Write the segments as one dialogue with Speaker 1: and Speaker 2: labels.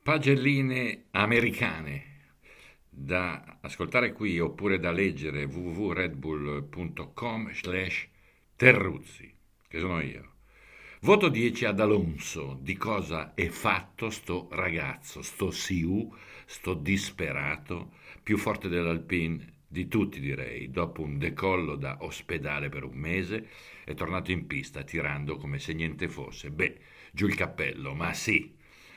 Speaker 1: Pagelline americane da ascoltare qui oppure da leggere www.redbull.com/Terruzzi, che sono io. Voto 10 ad Alonso. Di cosa è fatto sto ragazzo, sto Siu, sto disperato, più forte dell'Alpine di tutti direi. Dopo un decollo da ospedale per un mese è tornato in pista tirando come se niente fosse. Beh, giù il cappello, ma sì.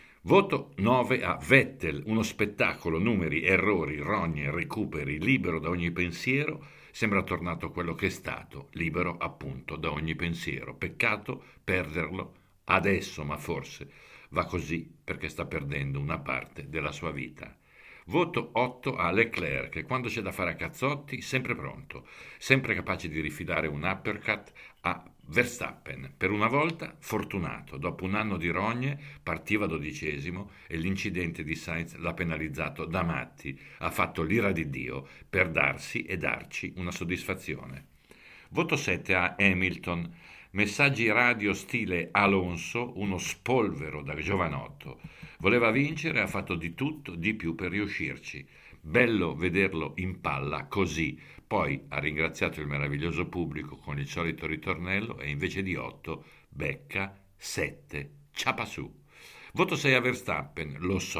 Speaker 1: Voto 9 a Vettel, uno spettacolo, numeri, errori, rogne, recuperi, libero da ogni pensiero, sembra tornato quello che è stato, libero appunto da ogni pensiero. Peccato perderlo adesso, ma forse va così perché sta perdendo una parte della sua vita. Voto 8 a Leclerc, che quando c'è da fare a cazzotti, sempre pronto, sempre capace di rifilare un uppercut a Verstappen. Per una volta fortunato, dopo un anno di rogne partiva 12° e l'incidente di Sainz l'ha penalizzato da matti, ha fatto l'ira di Dio per darsi e darci una soddisfazione. Voto 7 a Hamilton, messaggi radio stile Alonso, uno spolvero da giovanotto. Voleva vincere, ha fatto di tutto, di più per riuscirci. Bello vederlo in palla così. Poi ha ringraziato il meraviglioso pubblico con il solito ritornello e invece di 8 becca 7. Ciapa su. Voto 6 a Verstappen.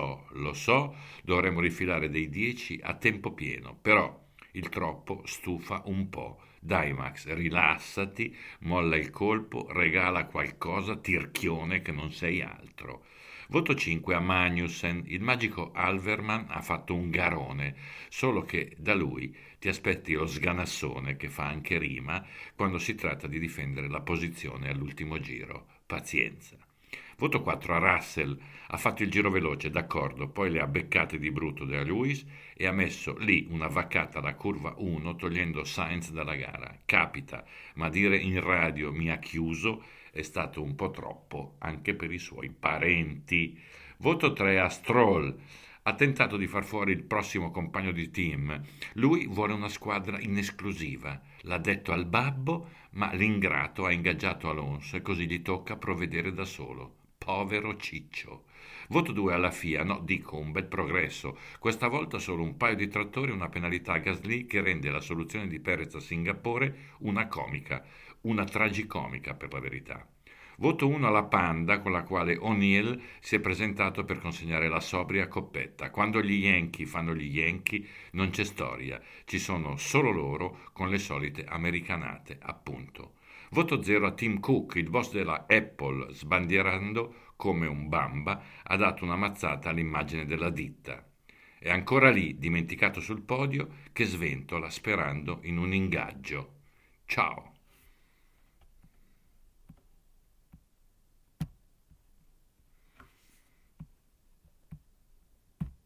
Speaker 1: Lo so, dovremmo rifilare dei 10 a tempo pieno, però il troppo stufa un po'. Dai Max, rilassati, molla il colpo, regala qualcosa, tirchione che non sei altro. Voto 5 a Magnussen. Il magico Alverman ha fatto un garone, solo che da lui ti aspetti lo sganassone che fa anche rima quando si tratta di difendere la posizione all'ultimo giro. Pazienza. Voto 4 a Russell. Ha fatto il giro veloce, d'accordo, poi le ha beccate di brutto da Lewis e ha messo lì una vaccata alla curva 1 togliendo Sainz dalla gara. Capita, ma dire in radio mi ha chiuso è stato un po' troppo anche per i suoi parenti. Voto 3 a Stroll. Ha tentato di far fuori il prossimo compagno di team. Lui vuole una squadra in esclusiva. L'ha detto al babbo, ma l'ingrato ha ingaggiato Alonso e così gli tocca provvedere da solo. Povero Ciccio. Voto 2 alla FIA, no, dico un bel progresso. Questa volta solo un paio di trattori e una penalità a Gasly che rende la soluzione di Perez a Singapore una comica, una tragicomica per la verità. Voto 1 alla Panda con la quale O'Neill si è presentato per consegnare la sobria coppetta. Quando gli Yankee fanno gli Yankee non c'è storia, ci sono solo loro con le solite americanate, appunto. Voto 0 a Tim Cook, il boss della Apple, sbandierando come un bamba, ha dato una mazzata all'immagine della ditta. È ancora lì, dimenticato sul podio, che sventola sperando in un ingaggio. Ciao.